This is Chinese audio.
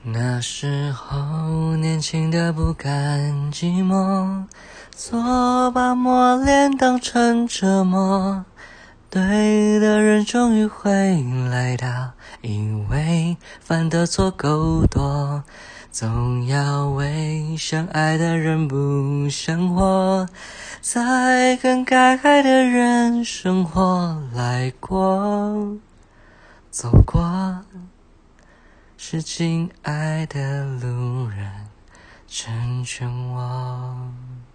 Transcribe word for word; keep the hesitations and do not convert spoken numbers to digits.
那时候年轻的不甘寂寞，错把磨练当成折磨，对的人终于会来到，因为犯的错够多，总要为相爱的人不想活，才跟该爱的人生活来过走过，是亲爱的路人成全我。